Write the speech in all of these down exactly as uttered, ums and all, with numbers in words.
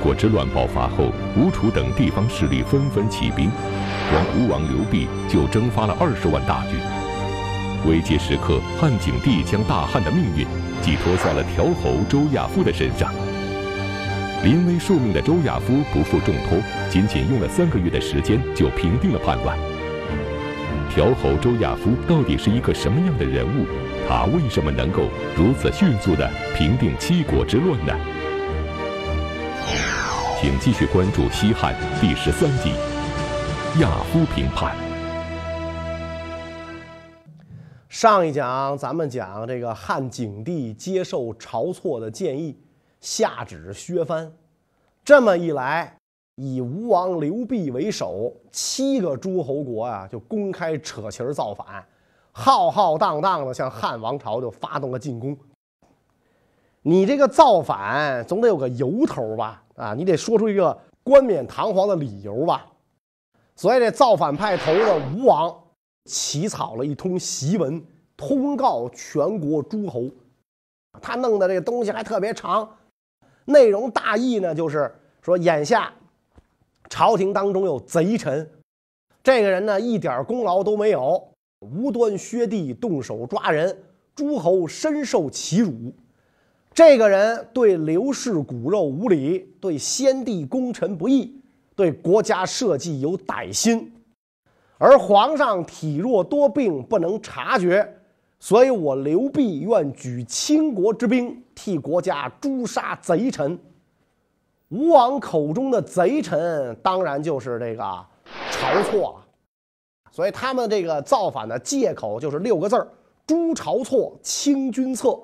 国之乱爆发后，吴楚等地方势力纷纷起兵，光吴王刘濞就征发了二十万大军。危急时刻，汉景帝将大汉的命运寄托在了调侯周亚夫的身上。临危受命的周亚夫不负重托，仅仅用了三个月的时间就平定了叛乱。调侯周亚夫到底是一个什么样的人物？他为什么能够如此迅速地平定七国之乱呢？请继续关注《西汉》第十三集《亚夫平叛》。 上一讲咱们讲这个汉景帝接受晁错的建议，下旨削藩。这么一来，以吴王刘濞为首，七个诸侯国啊就公开扯旗儿造反，浩浩荡荡的向汉王朝就发动了进攻。你这个造反总得有个由头吧？啊，你得说出一个冠冕堂皇的理由吧？所以这造反派头的吴王起草了一通檄文，通告全国诸侯。他弄的这个东西还特别长，内容大意呢就是说，眼下朝廷当中有贼臣，这个人呢一点功劳都没有，无端削地，动手抓人，诸侯深受其辱。这个人对刘氏骨肉无礼，对先帝功臣不义，对国家社稷有歹心，而皇上体弱多病，不能察觉，所以我刘濞愿举倾国之兵，替国家诛杀贼臣。吴王口中的贼臣，当然就是这个晁错了。所以他们这个造反的借口就是六个字儿：诛晁错，清君侧。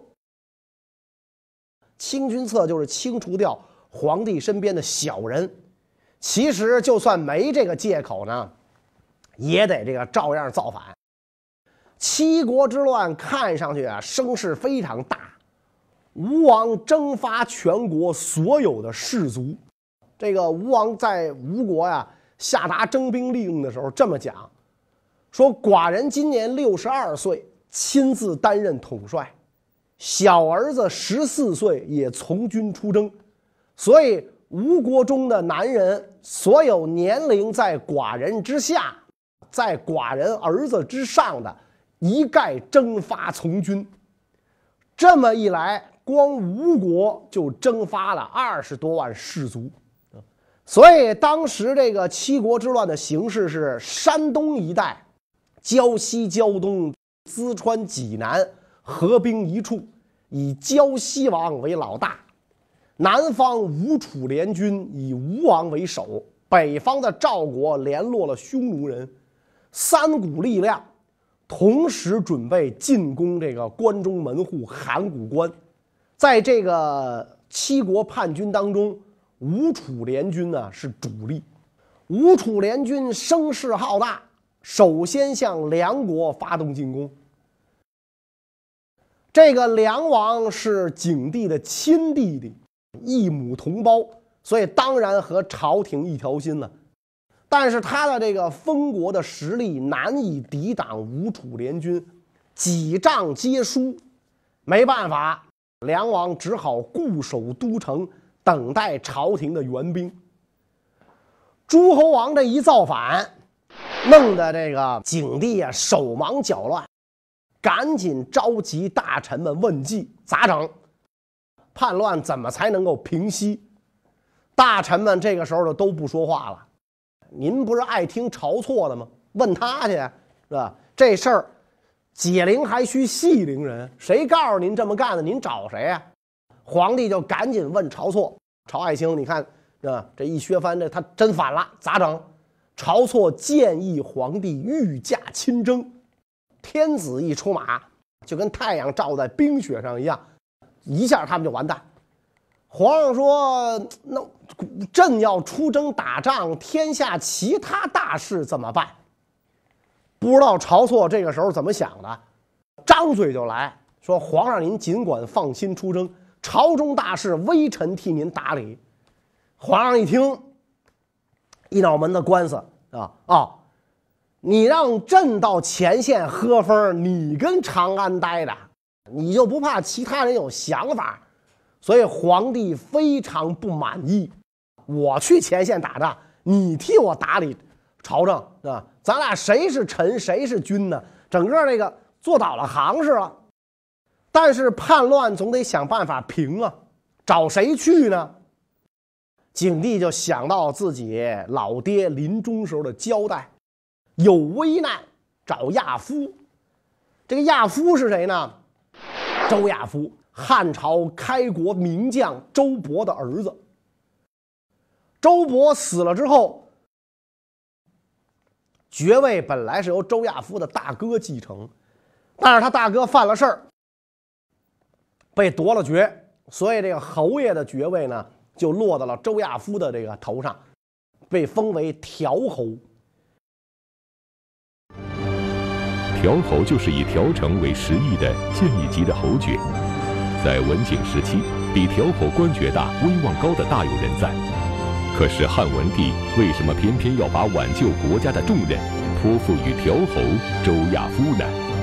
清君侧就是清除掉皇帝身边的小人。其实就算没这个借口呢，也得这个照样造反。七国之乱看上去啊声势非常大，吴王征发全国所有的士卒。这个吴王在吴国呀下达征兵令的时候这么讲，说寡人今年六十二岁，亲自担任统帅，小儿子十四岁也从军出征，所以吴国中的男人，所有年龄在寡人之下，在寡人儿子之上的，一概征发从军。这么一来，光吴国就征发了二十多万士卒。所以当时这个七国之乱的形势是：山东一带，胶西、胶东、淄川、济南合兵一处，以胶西王为老大；南方吴楚联军以吴王为首；北方的赵国联络了匈奴人，三股力量同时准备进攻这个关中门户函谷关。在这个七国叛军当中，吴楚联军呢是主力。吴楚联军声势浩大，首先向梁国发动进攻。这个梁王是景帝的亲弟弟，异母同胞，所以当然和朝廷一条心了。但是他的这个封国的实力难以抵挡吴楚联军，几仗皆输。没办法，梁王只好固守都城，等待朝廷的援兵。诸侯王这一造反，弄得这个景帝啊手忙脚乱，赶紧召集大臣们问计，咋整？叛乱怎么才能够平息？大臣们这个时候就都不说话了。您不是爱听晁错的吗？问他去，是吧？这事儿解铃还须系铃人，谁告诉您这么干的？您找谁呀？皇帝就赶紧问晁错：“晁爱卿，你看啊，这一削藩，这他真反了，咋整？”晁错建议皇帝御驾亲征。天子一出马，就跟太阳照在冰雪上一样，一下他们就完蛋。皇上说：“那朕要出征打仗，天下其他大事怎么办？”不知道晁错这个时候怎么想的，张嘴就来说：“皇上您尽管放心出征，朝中大事微臣替您打理。”皇上一听，一脑门子官司啊啊！你让朕到前线喝风，你跟长安待着，你就不怕其他人有想法？所以皇帝非常不满意， 我去前线打仗，你替我打理朝政啊，咱俩谁是臣谁是君呢？整个这个做倒了行市了。但是叛乱总得想办法平啊，找谁去呢？景帝就想到自己老爹临终时候的交代，有危难找亚夫。这个亚夫是谁呢？周亚夫，汉朝开国名将周勃的儿子。周勃死了之后，爵位本来是由周亚夫的大哥继承，但是他大哥犯了事儿，被夺了爵，所以这个侯爷的爵位呢，就落到了周亚夫的这个头上，被封为条侯。 条侯就是以条城为实邑的县一级的侯爵，在文景时期，比条侯官爵大、威望高的大有人在。可是汉文帝为什么偏偏要把挽救国家的重任托付于条侯周亚夫呢？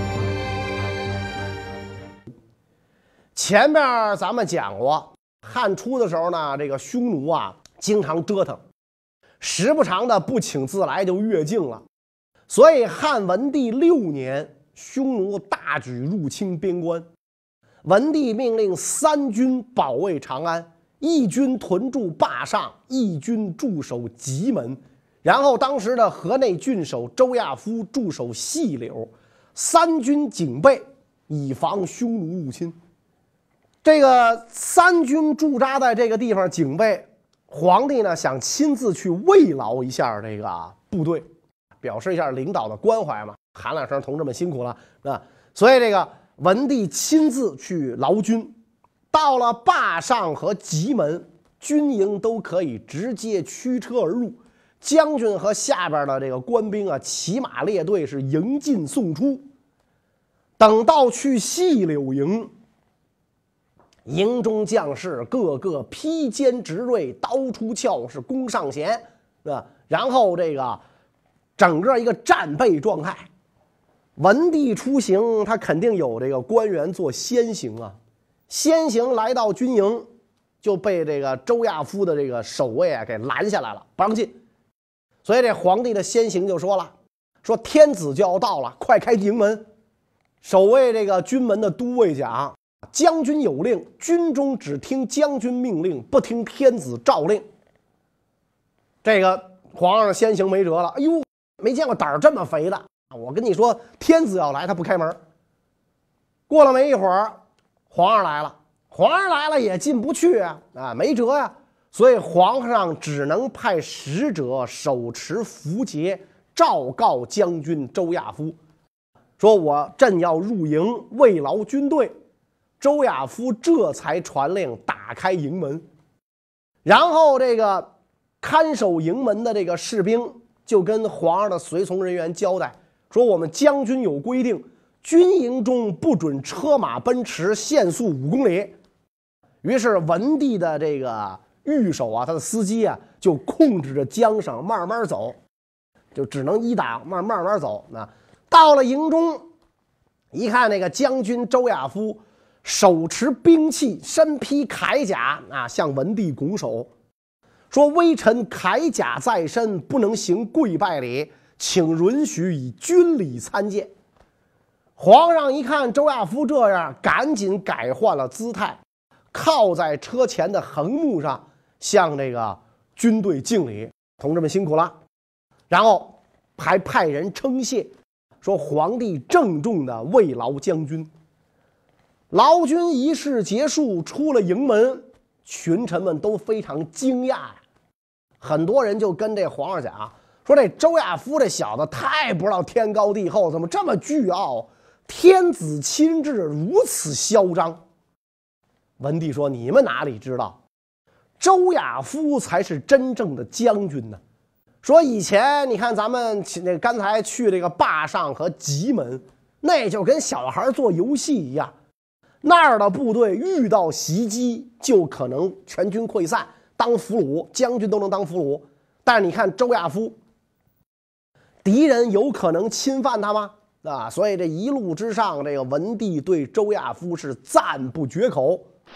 前面咱们讲过，汉初的时候呢，这个匈奴啊经常折腾，时不常的不请自来就越境了。所以汉文帝六年，匈奴大举入侵边关，文帝命令三军保卫长安，一军屯驻坝上，一军驻守棘门。然后当时的河内郡守周亚夫驻守细柳，三军警备，以防匈奴入侵。这个三军驻扎在这个地方警备，皇帝呢想亲自去慰劳一下这个部队，表示一下领导的关怀嘛，喊两声同志们辛苦了啊！所以这个文帝亲自去劳军，到了坝上和棘门，军营都可以直接驱车而入，将军和下边的这个官兵啊，骑马列队是迎进送出。等到去细柳营，营中将士个个披坚执锐，刀出鞘，是弓上弦，是吧？然后这个整个一个战备状态。文帝出行，他肯定有这个官员做先行啊。先行来到军营，就被这个周亚夫的这个守卫啊给拦下来了，不让进。所以这皇帝的先行就说了，说天子就要到了，快开营门。守卫这个军门的都尉讲，将军有令，军中只听将军命令，不听天子诏令。这个皇上先行没辙了，哎呦，没见过胆儿这么肥的。我跟你说，天子要来，他不开门。过了没一会儿，皇上来了，皇上来了也进不去啊，啊，没辙呀。所以皇上只能派使者手持符节，昭告将军周亚夫，说我朕要入营慰劳军队。周亚夫这才传令打开营门，然后这个看守营门的这个士兵就跟皇上的随从人员交代说，我们将军有规定，军营中不准车马奔驰，限速五公里。于是文帝的这个御手啊，他的司机啊，就控制着缰绳慢慢走，就只能一打慢慢慢走。那到了营中，一看那个将军周亚夫手持兵器，身披铠甲啊，向文帝拱手说：“微臣铠甲在身，不能行跪拜礼，请允许以军礼参见。”皇上一看周亚夫这样，赶紧改换了姿态，靠在车前的横木上，向这个军队敬礼：“同志们辛苦了。”然后还派人称谢，说皇帝郑重的慰劳将军。劳军仪式结束，出了营门，群臣们都非常惊讶呀。很多人就跟这皇上讲说，这周亚夫这小子太不知道天高地厚，怎么这么倨傲？天子亲至，如此嚣张。文帝说：“你们哪里知道，周亚夫才是真正的将军呢。说以前你看咱们那刚才去这个坝上和棘门，那就跟小孩做游戏一样。那儿的部队遇到袭击，就可能全军溃散，当俘虏，将军都能当俘虏。但是你看周亚夫，敌人有可能侵犯他吗？啊，所以这一路之上，这个文帝对周亚夫是赞不绝口。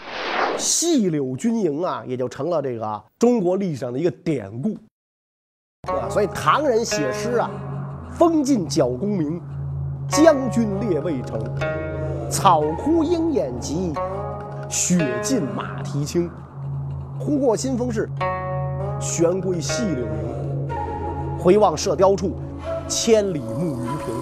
细柳军营啊，也就成了这个中国历史上的一个典故啊。所以唐人写诗啊，风尽角弓鸣，将军列尉城，草枯鹰眼疾，雪尽马蹄轻。忽过新丰市，旋归细柳营。回望射雕处，千里暮云平。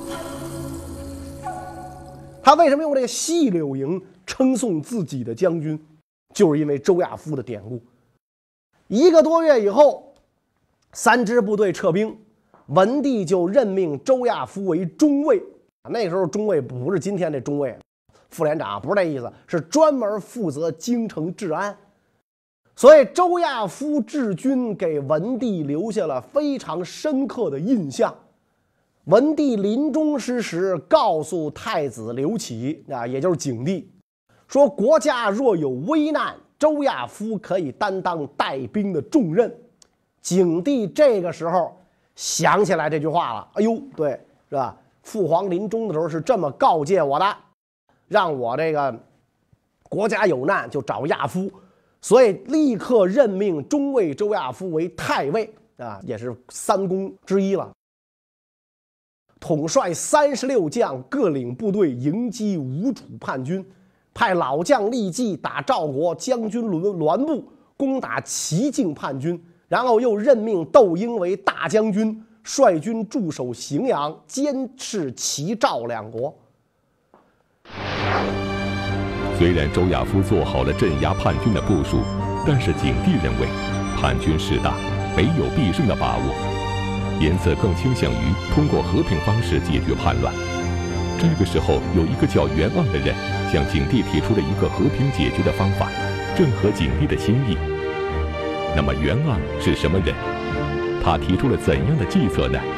他为什么用这个细柳营称颂自己的将军？就是因为周亚夫的典故。一个多月以后，三支部队撤兵，文帝就任命周亚夫为中尉。那时候中尉不是今天这中尉，副连长不是这意思，是专门负责京城治安。所以周亚夫治军给文帝留下了非常深刻的印象。文帝临终之时告诉太子刘启啊，也就是景帝，说国家若有危难，周亚夫可以担当带兵的重任。景帝这个时候想起来这句话了，哎呦，对，是吧？父皇临终的时候是这么告诫我的，让我这个国家有难就找亚夫。所以立刻任命中尉周亚夫为太尉啊，也是三公之一了。统帅三十六将，各领部队迎击吴楚叛军，派老将利济打赵国将军栾部攻打齐境叛军，然后又任命窦婴为大将军，率军驻守荥阳，监视齐赵两国。 虽然周亚夫做好了镇压叛军的部署，但是景帝认为叛军势大，没有必胜的把握，颜色更倾向于通过和平方式解决叛乱。这个时候，有一个叫袁盎的人向景帝提出了一个和平解决的方法，正合景帝的心意。那么袁盎是什么人？他提出了怎样的计策呢？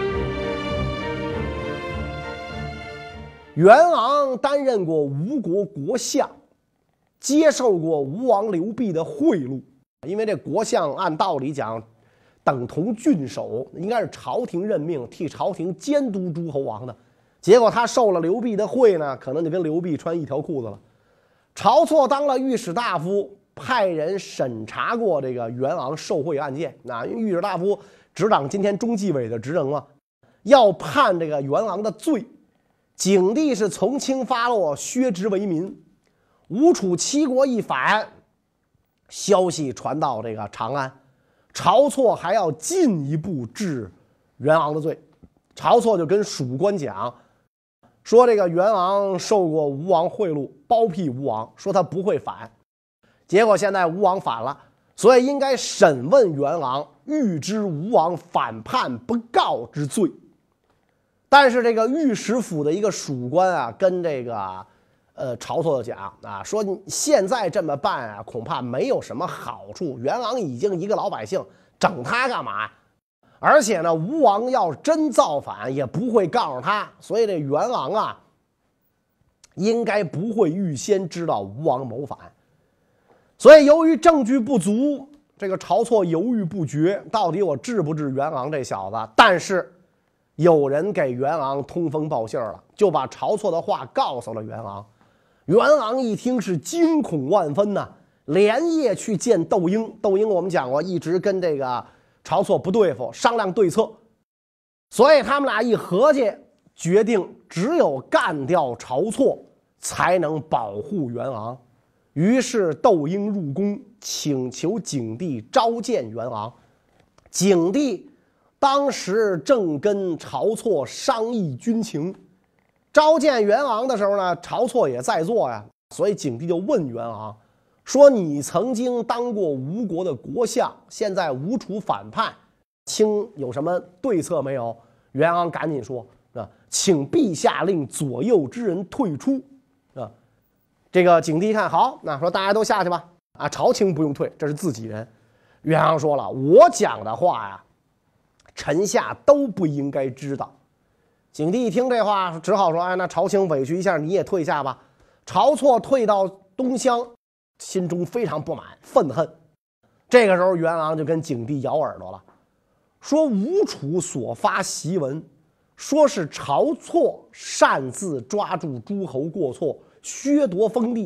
袁盎担任过吴国国相，接受过吴王刘濞的贿赂，因为这国相按道理讲等同郡守，应该是朝廷任命，替朝廷监督诸侯王的。结果他受了刘濞的贿呢，可能就跟刘濞穿一条裤子了。晁错当了御史大夫，派人审查过这个袁盎受贿案件。那因为御史大夫执掌今天中纪委的职能嘛，要判这个袁盎的罪。景帝是从轻发落，削职为民。吴楚七国一反，消息传到这个长安，晁错还要进一步治袁盎的罪。晁错就跟属官讲，说这个袁盎受过吴王贿赂，包庇吴王，说他不会反。结果现在吴王反了，所以应该审问袁盎，预知吴王反叛不告之罪。但是这个御史府的一个属官啊，跟这个呃晁错讲啊，说现在这么办啊，恐怕没有什么好处。袁盎已经一个老百姓，整他干嘛？而且呢，吴王要真造反，也不会告诉他，所以这袁盎啊，应该不会预先知道吴王谋反。所以由于证据不足，这个晁错犹豫不决，到底我治不治袁盎这小子？但是有人给袁盎通风报信了，就把晁错的话告诉了袁盎。袁盎一听是惊恐万分呐、啊，连夜去见窦婴。窦婴我们讲过，一直跟这个晁错不对付，商量对策。所以他们俩一合计，决定只有干掉晁错，才能保护袁盎。于是窦婴入宫，请求景帝召见袁盎。景帝当时正跟晁错商议军情，召见袁盎的时候呢，晁错也在座呀，所以景帝就问袁盎说：“你曾经当过吴国的国相，现在吴楚反叛，卿有什么对策没有？”袁盎赶紧说：“啊，请陛下令左右之人退出。”啊，这个景帝一看好，那说大家都下去吧。啊，朝卿不用退，这是自己人。袁盎说了：“我讲的话呀，臣下都不应该知道。”景帝一听这话，只好说：“哎，那朝卿委屈一下，你也退下吧。”晁错退到东乡，心中非常不满，愤恨。这个时候，袁盎就跟景帝咬耳朵了，说吴楚所发檄文，说是晁错擅自抓住诸侯过错，削夺封地，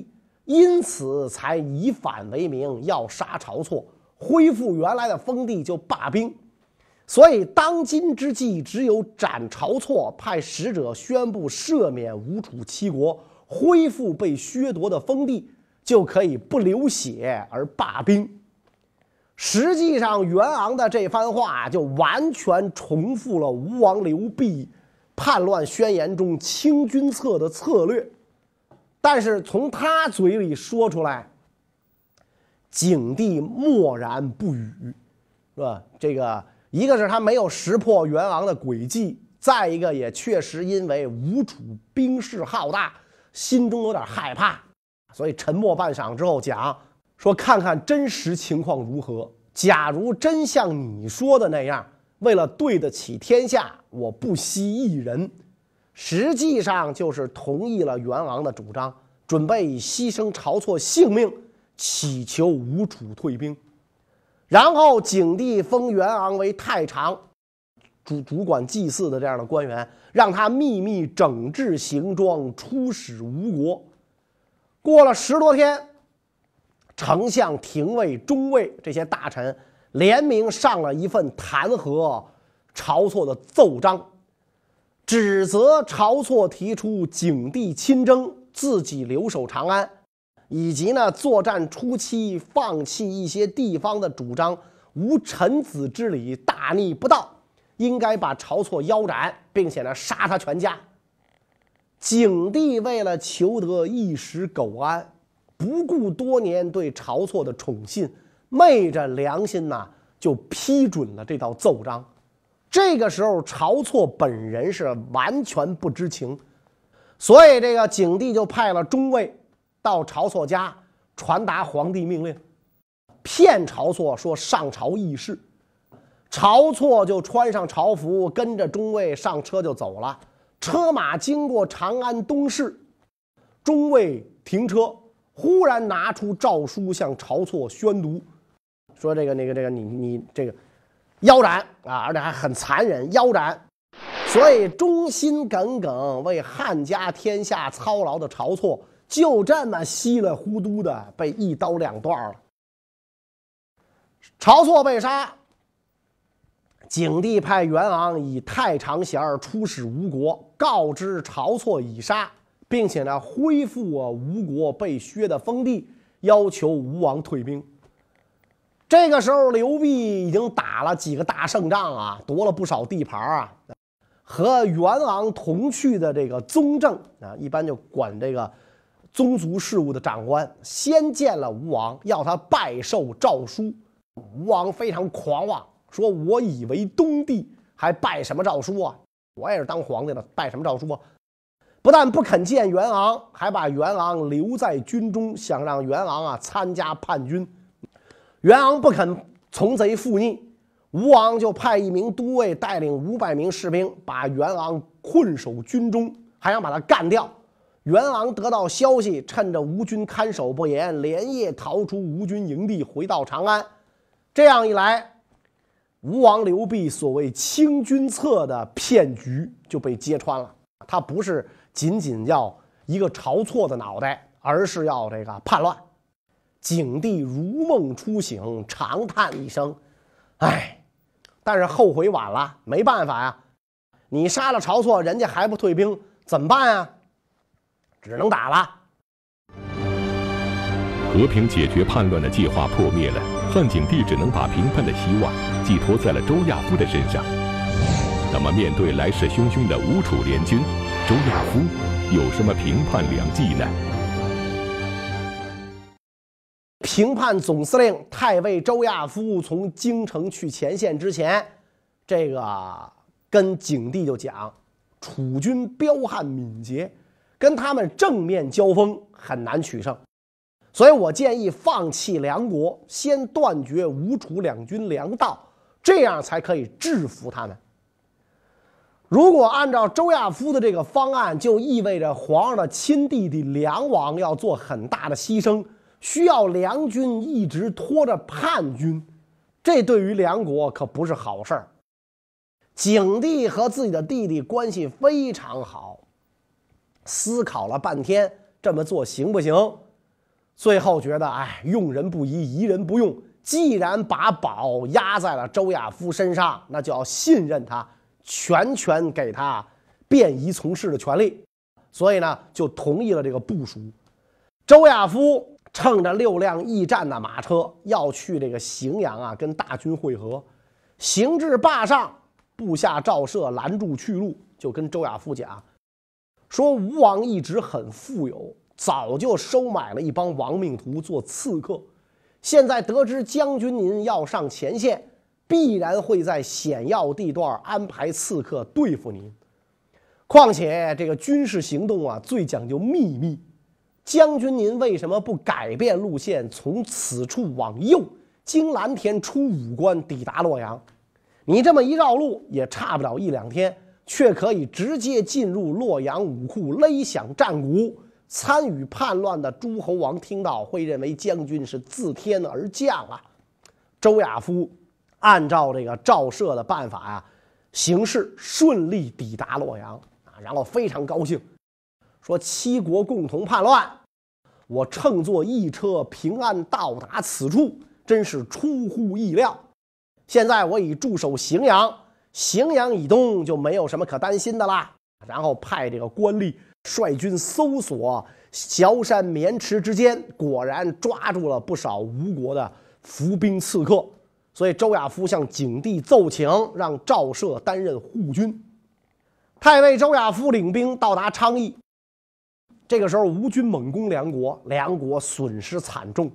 因此才以反为名，要杀晁错，恢复原来的封地，就罢兵。所以当今之计，只有斩晁错，派使者宣布赦免吴楚七国，恢复被削夺的封地，就可以不流血而罢兵。实际上，袁昂的这番话就完全重复了吴王刘濞叛乱宣言中清君侧的策略，但是从他嘴里说出来，景帝默然不语，是吧？这个一个是他没有识破袁昂的诡计，再一个也确实因为吴楚兵势浩大，心中有点害怕，所以沉默半晌之后讲说：“看看真实情况如何？假如真像你说的那样，为了对得起天下，我不惜一人。”实际上就是同意了袁昂的主张，准备以牺牲晁错性命，祈求吴楚退兵。然后景帝封袁昂为太常，主主管祭祀的这样的官员，让他秘密整治行装，出使吴国。过了十多天，丞相、廷尉、中尉这些大臣联名上了一份弹劾晁错的奏章，指责晁错提出景帝亲征，自己留守长安，以及呢作战初期放弃一些地方的主张，无臣子之礼，大逆不道，应该把晁错腰斩，并且呢杀他全家。景帝为了求得一时苟安，不顾多年对晁错的宠信，昧着良心呐、啊，就批准了这道奏章。这个时候晁错本人是完全不知情，所以这个景帝就派了中尉到晁错家传达皇帝命令，骗晁错说上朝议事。晁错就穿上朝服，跟着中尉上车就走了。车马经过长安东市，中尉停车，忽然拿出诏书向晁错宣读，说这个那个这个你你这个腰斩啊，而且还很残忍，腰斩。所以忠心耿耿为汉家天下操劳的晁错，就这么稀里糊涂的被一刀两断了。晁错被杀，景帝派袁昂以太常衔出使吴国，告知晁错已杀，并且呢恢复啊吴国被削的封地，要求吴王退兵。这个时候刘濞已经打了几个大胜仗啊，夺了不少地盘啊。和袁昂同去的这个宗正啊，一般就管这个宗族事务的长官，先见了吴王，要他拜受诏书。吴王非常狂妄，说我以为东帝，还拜什么诏书啊？我也是当皇帝的，拜什么诏书啊？不但不肯见袁昂，还把袁昂留在军中，想让袁昂啊参加叛军。袁昂不肯从贼附逆，吴王就派一名都尉带领五百名士兵，把袁昂困守军中，还想把他干掉。袁昂得到消息，趁着吴军看守不严，连夜逃出吴军营地，回到长安。这样一来，吴王刘濞所谓清君侧的骗局就被揭穿了。他不是仅仅要一个晁错的脑袋，而是要这个叛乱。景帝如梦初醒，长叹一声：“哎！”但是后悔晚了，没办法呀。你杀了晁错，人家还不退兵，怎么办呀？只能打了。 和平解决叛乱的计划破灭了，汉景帝只能把平叛的希望寄托在了周亚夫的身上。那么，面对来势汹汹的吴楚联军，周亚夫有什么平叛良计呢？ 平叛总司令太尉周亚夫从京城去前线之前，这个跟景帝就讲，楚军彪悍敏捷，跟他们正面交锋很难取胜，所以我建议放弃梁国，先断绝吴楚两军粮道，这样才可以制服他们。如果按照周亚夫的这个方案，就意味着皇上的亲弟弟梁王要做很大的牺牲，需要梁军一直拖着叛军，这对于梁国可不是好事儿。景帝和自己的弟弟关系非常好，思考了半天，这么做行不行？ 最后觉得，哎，用人不疑，疑人不用。既然把宝压在了周亚夫身上，那就要信任他，全权给他便衣从事的权利。所以呢，就同意了这个部署。周亚夫乘着六辆驿站的马车，要去这个荥阳啊，跟大军会合。行至坝上，部下赵奢拦住去路，就跟周亚夫讲说，吴王一直很富有，早就收买了一帮亡命徒做刺客。现在得知将军您要上前线，必然会在险要地段安排刺客对付您。况且这个军事行动啊，最讲究秘密。将军您为什么不改变路线，从此处往右，经蓝田出武关，抵达洛阳？你这么一绕路，也差不了一两天，却可以直接进入洛阳武库，勒响战鼓。参与叛乱的诸侯王听到，会认为将军是自天而降啊。周亚夫按照这个赵奢的办法呀，行事顺利抵达洛阳啊，然后非常高兴，说七国共同叛乱，我乘坐驿车平安到达此处，真是出乎意料。现在我已驻守荥阳，荥阳以东就没有什么可担心的啦。然后派这个官吏率军搜索崤山绵池之间，果然抓住了不少吴国的伏兵刺客。所以周亚夫向景帝奏请，让赵奢担任护军。太尉周亚夫领兵到达昌邑，这个时候吴军猛攻梁国，梁国损失惨重。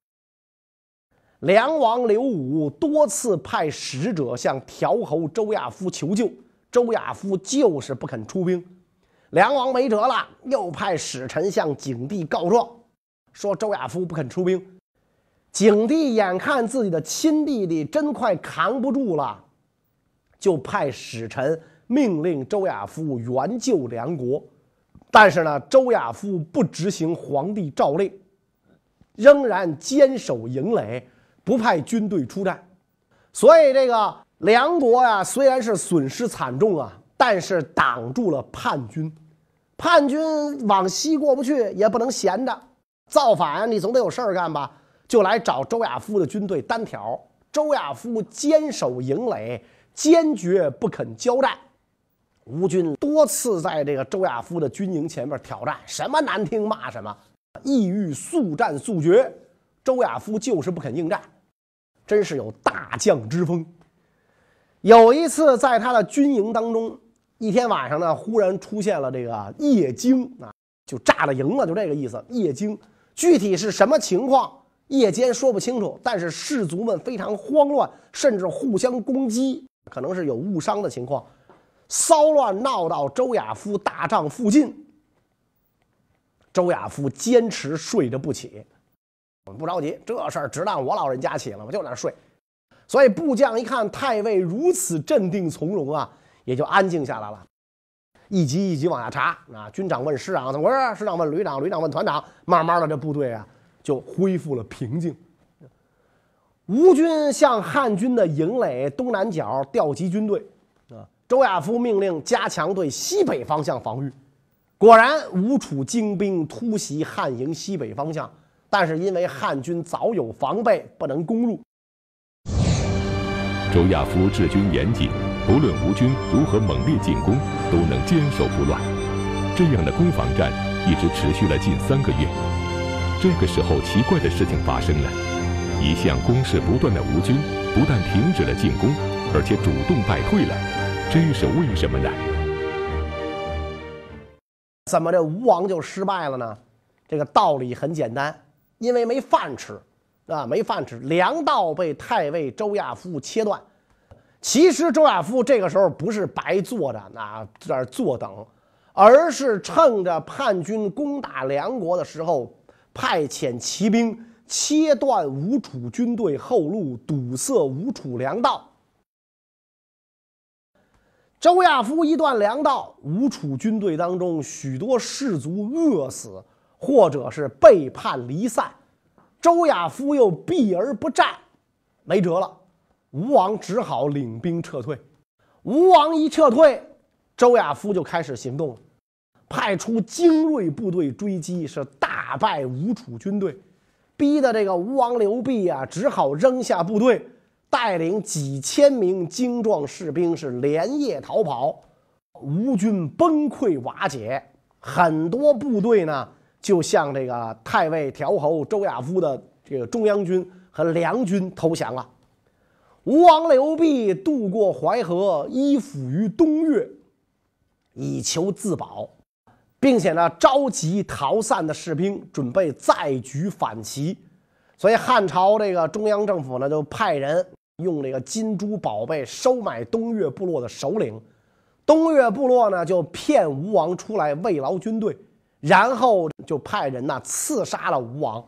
梁王刘武多次派使者向调侯周亚夫求救，周亚夫就是不肯出兵。梁王没辙了，又派使臣向景帝告状，说周亚夫不肯出兵。景帝眼看自己的亲弟弟真快扛不住了，就派使臣命令周亚夫援救梁国。但是呢，周亚夫不执行皇帝诏令，仍然坚守营垒，不派军队出战。所以这个梁国呀，虽然是损失惨重啊，但是挡住了叛军。叛军往西过不去，也不能闲着，造反你总得有事儿干吧，就来找周亚夫的军队单挑。周亚夫坚守营垒，坚决不肯交战。吴军多次在这个周亚夫的军营前面挑战，什么难听骂什么，意欲速战速决。周亚夫就是不肯应战，真是有大将之风。有一次在他的军营当中，一天晚上呢，忽然出现了这个夜惊啊，就炸了营了，就这个意思。夜惊具体是什么情况，夜间说不清楚，但是士卒们非常慌乱，甚至互相攻击，可能是有误伤的情况。骚乱闹到周亚夫大帐附近，周亚夫坚持睡着不起。不着急，这事儿只当我老人家起了，我就在那睡。所以部将一看太尉如此镇定从容啊，也就安静下来了。一级一级往下查啊，军长问师长怎么回事，师长问旅长，旅长问团长，慢慢的这部队啊就恢复了平静。吴军向汉军的营垒东南角调集军队啊，周亚夫命令加强对西北方向防御。果然，吴楚精兵突袭汉营西北方向，但是因为汉军早有防备，不能攻入。 周亚夫治军严谨，不论吴军如何猛烈进攻，都能坚守不乱。这样的攻防战一直持续了近三个月。这个时候，奇怪的事情发生了：一向攻势不断的吴军，不但停止了进攻，而且主动败退了。这是为什么呢？ 怎么这吴王就失败了呢？这个道理很简单，因为没饭吃啊，没饭吃，粮道被太尉周亚夫切断。其实周亚夫这个时候不是白坐着啊，在那坐等，而是趁着叛军攻打梁国的时候，派遣骑兵切断吴楚军队后路，堵塞吴楚粮道。周亚夫一断粮道，吴楚军队当中许多士卒饿死，或者是背叛离散。周亚夫又避而不战，没辙了，吴王只好领兵撤退。吴王一撤退，周亚夫就开始行动了，派出精锐部队追击，是大败吴楚军队。 逼得这个吴王刘濞啊，只好扔下部队，带领几千名精壮士兵是连夜逃跑。吴军崩溃瓦解，很多部队呢就向这个太尉调侯周亚夫的这个中央军和梁军投降了。吴王刘濞渡过淮河，依附于东越，以求自保，并且呢召集逃散的士兵，准备再举反齐。所以汉朝这个中央政府呢，就派人用这个金珠宝贝收买东越部落的首领。东越部落呢就骗吴王出来慰劳军队，然后就派人呢刺杀了吴王，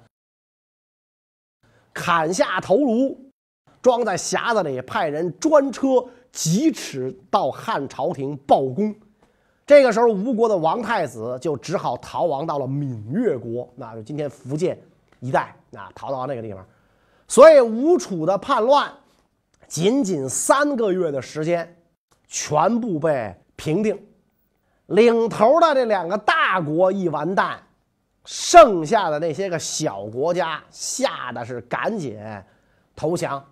砍下头颅，装在匣子里，派人专车疾驰到汉朝廷报功。这个时候，吴国的王太子就只好逃亡到了闽越国，那就今天福建一带啊，逃到那个地方。所以吴楚的叛乱仅仅三个月的时间，全部被平定。领头的这两个大国一完蛋，剩下的那些个小国家吓得是赶紧投降。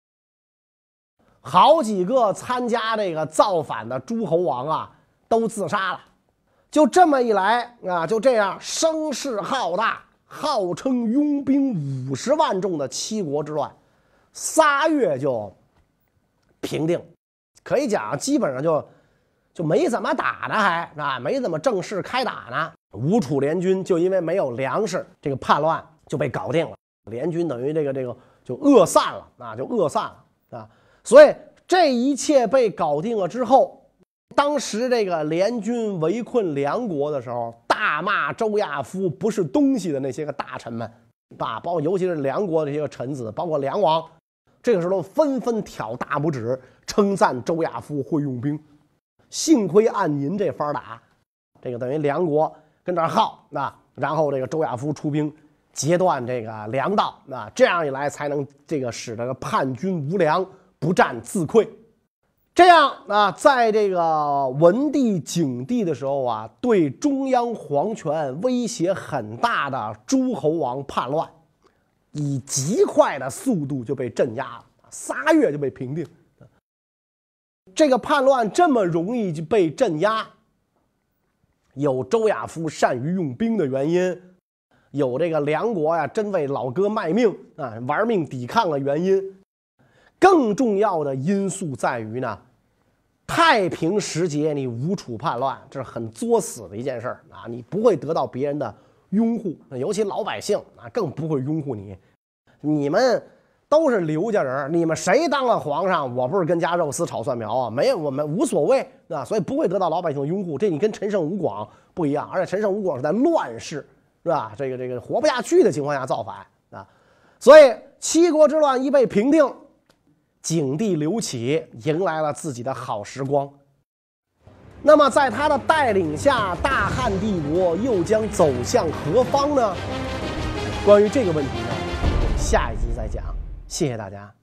好几个参加这个造反的诸侯王啊，都自杀了。就这么一来啊，就这样声势浩大，号称拥兵五十万众的七国之乱，仨月就平定。可以讲，基本上就就没怎么打呢，还啊没怎么正式开打呢。吴楚联军就因为没有粮食，这个叛乱就被搞定了。联军等于这个这个就饿散了啊，就饿散了啊。所以这一切被搞定了之后，当时这个联军围困梁国的时候，大骂周亚夫不是东西的那些个大臣们，啊，包括尤其是梁国的这些个臣子，包括梁王，这个时候纷纷挑大拇指，称赞周亚夫会用兵。幸亏按您这法打，这个等于梁国跟这儿耗啊，然后这个周亚夫出兵截断这个粮道啊，这样一来才能这个使这个叛军无粮，不战自溃。这样啊，在这个文帝、景帝的时候啊，对中央皇权威胁很大的诸侯王叛乱，以极快的速度就被镇压了，仨月就被平定。这个叛乱这么容易就被镇压，有周亚夫善于用兵的原因，有这个梁国呀真为老哥卖命啊，玩命抵抗的原因。更重要的因素在于呢，太平时节你吴楚叛乱，这是很作死的一件事儿啊！你不会得到别人的拥护，尤其老百姓啊更不会拥护你。你们都是刘家人，你们谁当了皇上，我不是跟家肉丝炒蒜苗啊？没有，我们无所谓啊，所以不会得到老百姓的拥护。这你跟陈胜吴广不一样，而且陈胜吴广是在乱世，是吧？这个这个活不下去的情况下造反啊，所以七国之乱一被平定，景帝刘启迎来了自己的好时光。那么在他的带领下，大汉帝国又将走向何方呢？关于这个问题呢，下一集再讲。谢谢大家。